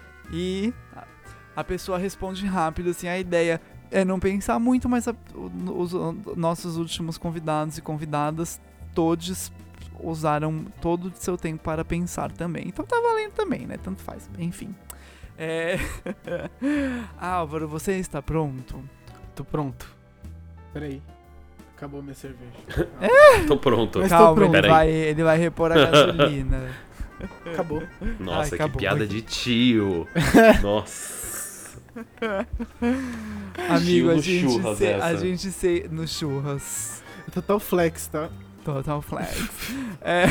E a- a pessoa responde rápido, assim. A ideia é não pensar muito, mas a- o- os o- nossos últimos convidados e convidadas, todos usaram todo o seu tempo para pensar também. Então tá valendo também, né? Tanto faz. Enfim. É... Álvaro, você está pronto? Tô pronto. Peraí. Acabou minha cerveja. Tô pronto. Mas tô Calma, pronto. ele Peraí. vai, ele vai repor a gasolina. Acabou. Nossa, Ai, que acabou. piada de tio. Nossa. Amigo, a no gente, churras se, a essa. gente se no churras. Total flex, tá? Total flex. É.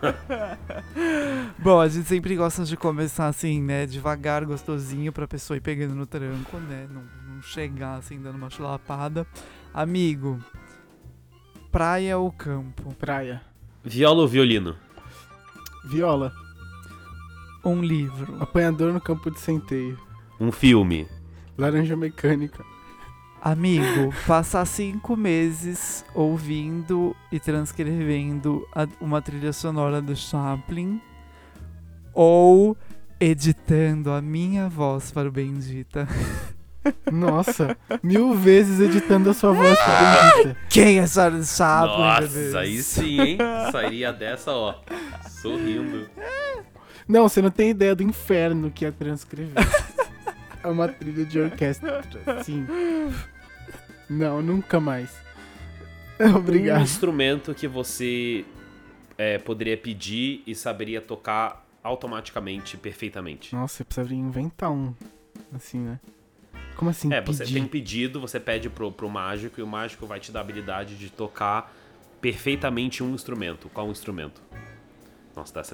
Bom, a gente sempre gosta de começar assim, né? Devagar, gostosinho, pra pessoa ir pegando no tranco, né? Não, não chegar assim, dando uma chulapada. Amigo, praia ou campo? Praia. Viola ou violino? Viola. Um livro. Apanhador no campo de centeio. Um filme? Laranja mecânica. Amigo, passar cinco meses ouvindo e transcrevendo a- uma trilha sonora do Chaplin ou editando a minha voz para o Bendita. Nossa, mil vezes editando a sua voz pra Bendita. Quem é Charles Chaplin? meu Nossa, Deus? aí sim, hein? Sairia dessa, ó. Sorrindo. Não, você não tem ideia do inferno que é transcrever. É uma trilha de orquestra. Sim. Não, nunca mais. Um Obrigado. instrumento que você é, poderia pedir e saberia tocar automaticamente, perfeitamente. Nossa, você precisaria inventar um. Assim, né? Como assim? É, você pedir? tem pedido, você pede pro, pro mágico e o mágico vai te dar a habilidade de tocar perfeitamente um instrumento. Qual um instrumento? Nossa, dá essa pergunta.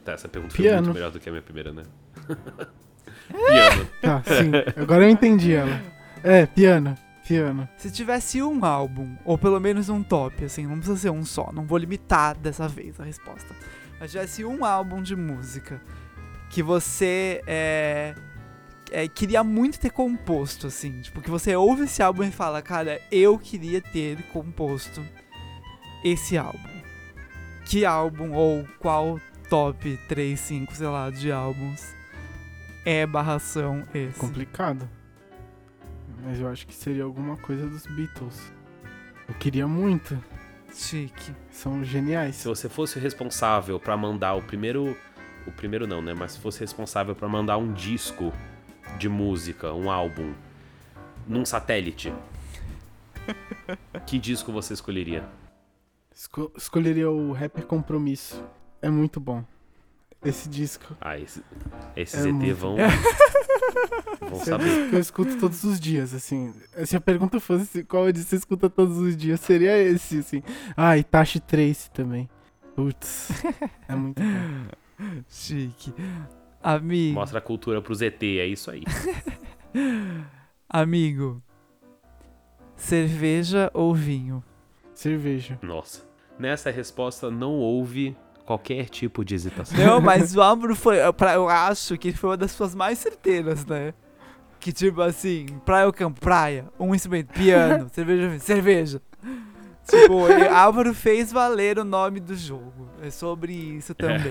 Tá, essa pergunta Piano. foi muito melhor do que a minha primeira, né? Piano. Tá, sim. Agora eu entendi ela. É, piano. Piano. Se tivesse um álbum, ou pelo menos um top, assim, não precisa ser um só, não vou limitar dessa vez a resposta. Mas tivesse um álbum de música que você é, é, queria muito ter composto, assim, tipo, que você ouve esse álbum e fala, cara, eu queria ter composto esse álbum. Que álbum, ou qual top três, cinco, sei lá, de álbuns é barração esse? Complicado. Mas eu acho que seria alguma coisa dos Beatles. Eu queria muito. Chique. São geniais. Se você fosse o responsável pra mandar o primeiro... O primeiro não, né? Mas se fosse responsável pra mandar um disco de música, um álbum, num satélite, que disco você escolheria? Esco- escolheria o Rapper Compromisso. É muito bom. Esse disco. Ah, esse, esses É E T muito- vão... vão Esse é o saber. disco que eu escuto todos os dias, assim. Se a pergunta fosse qual disco você escuta todos os dias, seria esse, assim. Ah, e Tashi Trace também. Putz. É muito bom. Chique. Amigo. Mostra a cultura pro Z T, é isso aí. Amigo. Cerveja ou vinho? Cerveja. Nossa. Nessa resposta não houve qualquer tipo de hesitação. Não, mas o Álvaro foi. pra- Eu acho que foi uma das suas mais certeiras, né? Que tipo assim, praia ou campo? Praia. Um instrumento, piano, cerveja, cerveja. Tipo, e Álvaro fez valer o nome do jogo. É sobre isso também.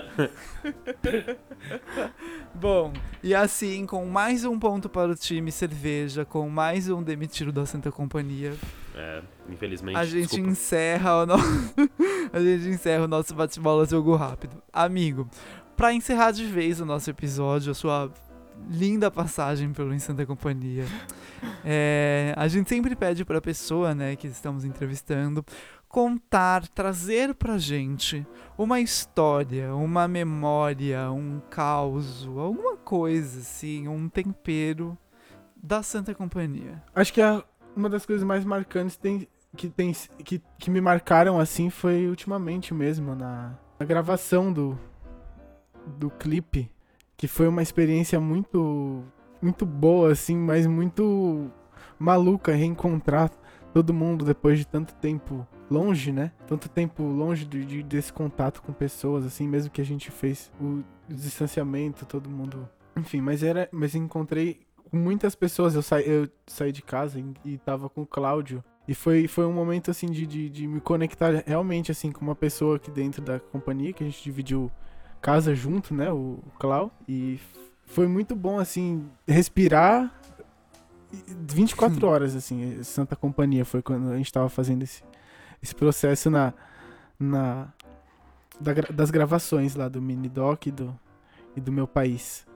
Bom, e assim, com mais um ponto para o time cerveja, com mais um demitido da Santa Companhia, É, infelizmente, a gente desculpa. encerra o nosso a gente encerra o nosso bate-bola jogo rápido. Amigo, pra encerrar de vez o nosso episódio, a sua linda passagem pelo Em Santa Companhia, é, a gente sempre pede pra pessoa, né, que estamos entrevistando, contar, trazer pra gente uma história, uma memória, um caos, alguma coisa assim, um tempero da Santa Companhia. Acho que a, uma das coisas mais marcantes tem, que, tem, que, que me marcaram assim foi ultimamente mesmo, na, na gravação do, do clipe, que foi uma experiência muito, muito boa, assim, mas muito maluca reencontrar todo mundo depois de tanto tempo longe, né? Tanto tempo longe de, de- desse contato com pessoas, assim, mesmo que a gente fez o distanciamento, todo mundo... Enfim, mas era, mas encontrei com muitas pessoas. Eu, sa, eu saí de casa e, e tava com o Cláudio. E foi, foi um momento, assim, de, de, de me conectar realmente, assim, com uma pessoa aqui dentro da companhia, que a gente dividiu casa junto, né, o, o Clau. E foi muito bom, assim, respirar vinte e quatro horas, assim, Santa Companhia. Foi quando a gente tava fazendo esse, esse processo na, na, da gra- das gravações lá do Mini Doc e do, e do Meu País.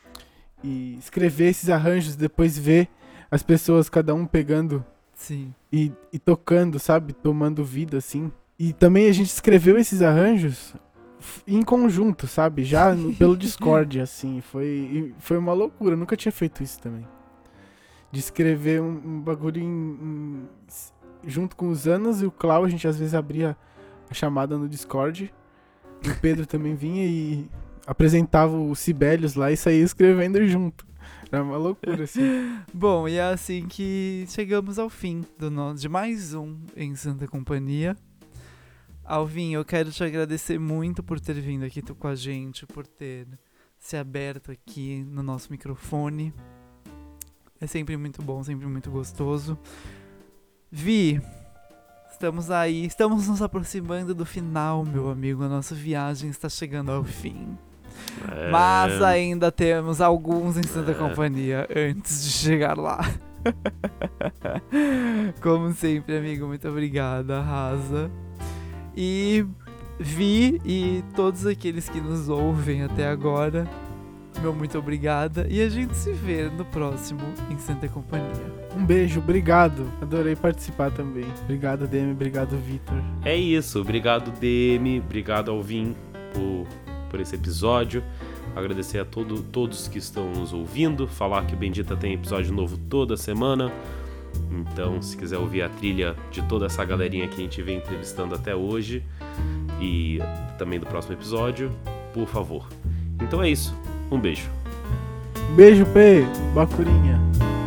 E escrever esses arranjos, depois ver as pessoas, cada um pegando Sim. e, e tocando, sabe? Tomando vida, assim. E também a gente escreveu esses arranjos f- em conjunto, sabe? Já no- pelo Discord, assim. Foi, e foi uma loucura. Eu nunca tinha feito isso também. De escrever um, um bagulho em, em- s- junto com os Anas e o Clau. A gente às vezes abria a chamada no Discord. E o Pedro também vinha e apresentava o Sibelius lá e saía escrevendo junto. Era uma loucura, assim. Bom, e é assim que chegamos ao fim do no... de mais um Em Santa Companhia. Alvin, eu quero te agradecer muito por ter vindo aqui com a gente, por ter se aberto aqui no nosso microfone. É sempre muito bom, sempre muito gostoso. Vi, estamos aí, estamos nos aproximando do final, meu amigo. A nossa viagem está chegando ao fim. É, Mas ainda temos alguns em Santa É. Companhia antes de chegar lá. Como sempre, amigo, muito obrigada, arrasa. E Vi e todos aqueles que nos ouvem até agora, meu muito obrigada. E a gente se vê no próximo Em Santa Companhia. Um beijo, obrigado. Adorei participar também. Obrigado, Demi. Obrigado, Vitor. É isso. Obrigado, D M. Obrigado, Alvin, por, por esse episódio. Agradecer a todo, todos que estão nos ouvindo. Falar que o Bendita tem episódio novo toda semana. Então, se quiser ouvir a trilha de toda essa galerinha que a gente vem entrevistando até hoje e também do próximo episódio, por favor. Então é isso. Um beijo. Beijo, P. Bacurinha.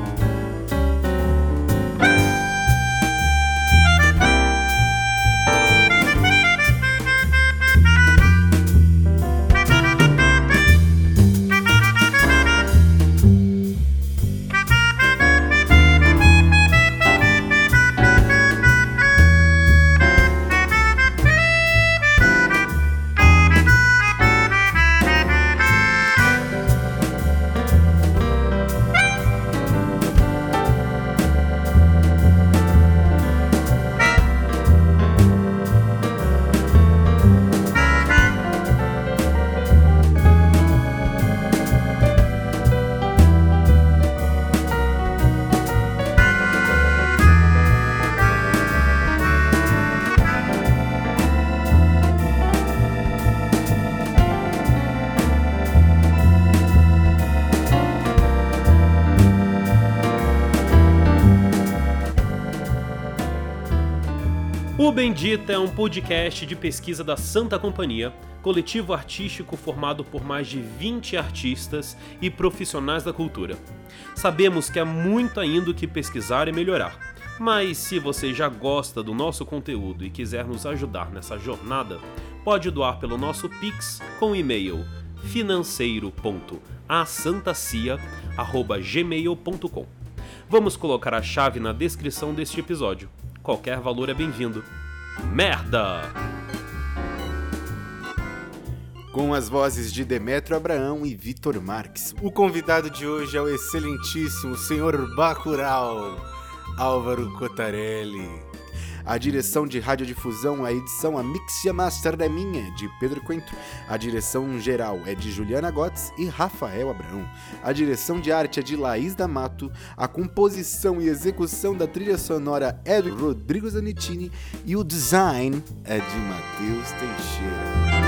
O Bendita é um podcast de pesquisa da Santa Companhia, coletivo artístico formado por mais de vinte artistas e profissionais da cultura. Sabemos que há muito ainda o que pesquisar e melhorar, mas se você já gosta do nosso conteúdo e quiser nos ajudar nessa jornada, pode doar pelo nosso Pix com o e-mail financeiro ponto asantacia arroba gmail ponto com. Vamos colocar a chave na descrição deste episódio. Qualquer valor é bem-vindo. Merda! Com as vozes de Demetrio Abraão e Vitor Marques. O convidado de hoje é o excelentíssimo senhor Bacurau, Álvaro Cotarelli. A direção de radiodifusão, a edição, a mix e a master é minha, de Pedro Coentro. A direção geral é de Juliana Gotts e Rafael Abraão. A direção de arte é de Laís D'Amato. A composição e execução da trilha sonora é do Rodrigo Zanettini. E o design é de Matheus Teixeira.